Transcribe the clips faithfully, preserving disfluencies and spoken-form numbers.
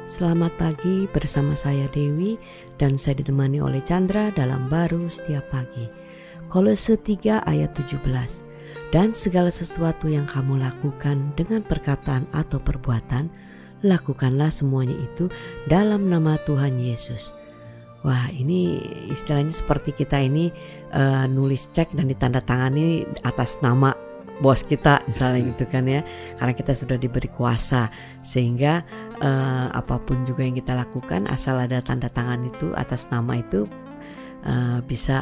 Selamat pagi bersama saya Dewi dan saya ditemani oleh Chandra dalam Baru Setiap Pagi. Kolose tiga ayat tujuh belas. Dan segala sesuatu yang kamu lakukan dengan perkataan atau perbuatan, lakukanlah semuanya itu dalam nama Tuhan Yesus. Wah, ini istilahnya seperti kita ini uh, nulis cek dan ditandatangani atas nama bos kita misalnya gitu kan ya, karena kita sudah diberi kuasa sehingga uh, apapun juga yang kita lakukan asal ada tanda tangan itu atas nama itu uh, bisa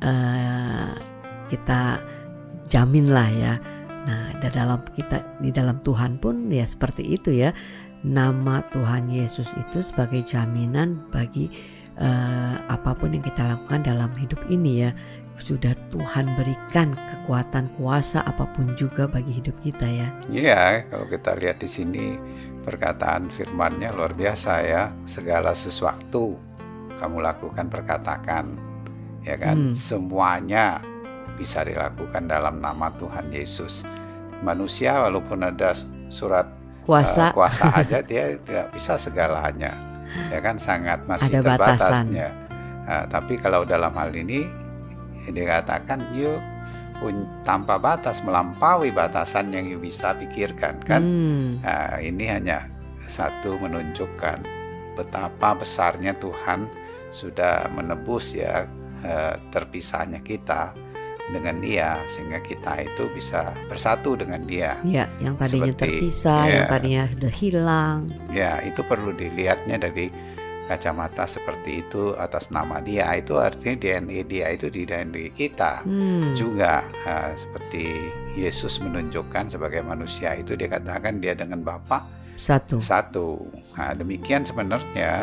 uh, kita jamin lah ya. Nah, di dalam kita di dalam Tuhan pun ya seperti itu ya, nama Tuhan Yesus itu sebagai jaminan bagi uh, apapun yang kita lakukan dalam hidup ini ya. Sudah Tuhan berikan kekuatan kuasa apapun juga bagi hidup kita ya. Iya, kalau kita lihat di sini perkataan firman-Nya luar biasa ya. Segala sesuatu kamu lakukan perkatakan, ya kan? Hmm. Semuanya bisa dilakukan dalam nama Tuhan Yesus. Manusia walaupun ada surat kuasa, uh, kuasa aja dia tidak bisa segalanya, ya kan? Sangat masih ada terbatasnya. Nah, tapi kalau dalam hal ini dikatakan you pun tanpa batas, melampaui batasan yang you bisa pikirkan kan. hmm. Nah, ini hanya satu menunjukkan betapa besarnya Tuhan sudah menebus ya eh, terpisahnya kita dengan Dia sehingga kita itu bisa bersatu dengan Dia. Ya, yang tadinya Seperti, terpisah, ya, yang tadinya sudah hilang. Ya, itu perlu dilihatnya dari kacamata seperti itu atas nama Dia. Itu artinya D N A Dia itu di D N A kita hmm. juga. uh, seperti Yesus menunjukkan sebagai manusia itu dia katakan Dia dengan Bapa satu. Satu. Nah, demikian sebenarnya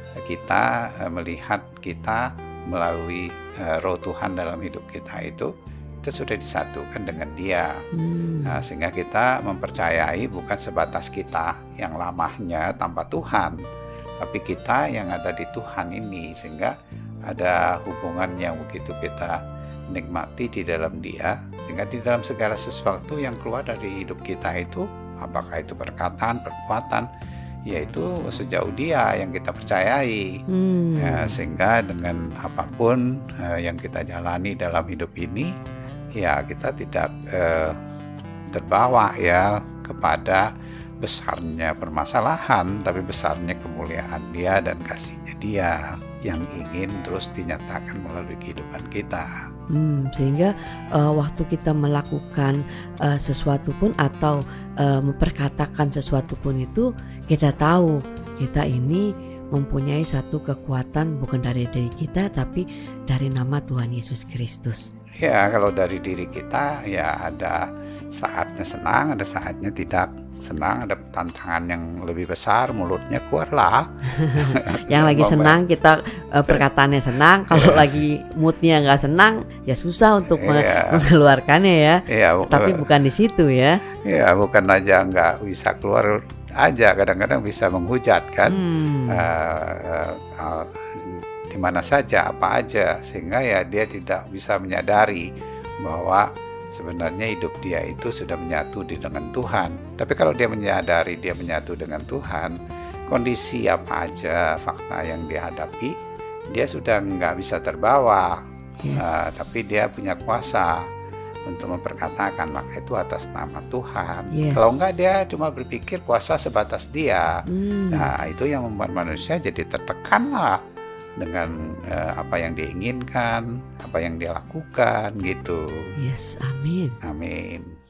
kita uh, melihat kita melalui uh, Roh Tuhan dalam hidup kita itu kita sudah disatukan dengan Dia. hmm. Nah, sehingga kita mempercayai bukan sebatas kita yang lamanya tanpa Tuhan, tapi kita yang ada di Tuhan ini, sehingga ada hubungan yang begitu kita nikmati di dalam Dia, sehingga di dalam segala sesuatu yang keluar dari hidup kita itu, apakah itu perkataan, perbuatan, yaitu sejauh Dia yang kita percayai. hmm. ya, sehingga dengan apapun uh, yang kita jalani dalam hidup ini, ya kita tidak uh, terbawa ya kepada besarnya permasalahan, tapi besarnya kemuliaan Dia dan kasih-Nya Dia yang ingin terus dinyatakan melalui kehidupan kita. Hmm, sehingga uh, waktu kita melakukan uh, sesuatu pun atau uh, memperkatakan sesuatu pun itu, kita tahu kita ini mempunyai satu kekuatan bukan dari diri kita, tapi dari nama Tuhan Yesus Kristus. Ya, kalau dari diri kita ya ada saatnya senang, ada saatnya tidak senang, ada tantangan yang lebih besar, mulutnya keluarlah. Yang lagi senang kita uh, perkataannya senang, kalau lagi moodnya nggak senang ya susah untuk yeah. mengeluarkannya ya. Yeah, bukan, tapi bukan di situ ya. Ya, bukan aja nggak bisa keluar aja, kadang-kadang bisa menghujat kan. Hmm. Uh, uh, uh, di mana saja, apa aja, sehingga ya dia tidak bisa menyadari bahwa sebenarnya hidup dia itu sudah menyatu dengan Tuhan. Tapi kalau dia menyadari dia menyatu dengan Tuhan, kondisi apa aja, fakta yang dihadapi, dia sudah nggak bisa terbawa. Yes. Uh, tapi dia punya kuasa untuk memperkatakan, maka itu atas nama Tuhan. Yes. Kalau enggak, dia cuma berpikir kuasa sebatas dia. Hmm. Nah, itu yang membuat manusia jadi tertekan lah dengan uh, apa yang dia inginkan, apa yang dia lakukan gitu. Yes, amin. Amin.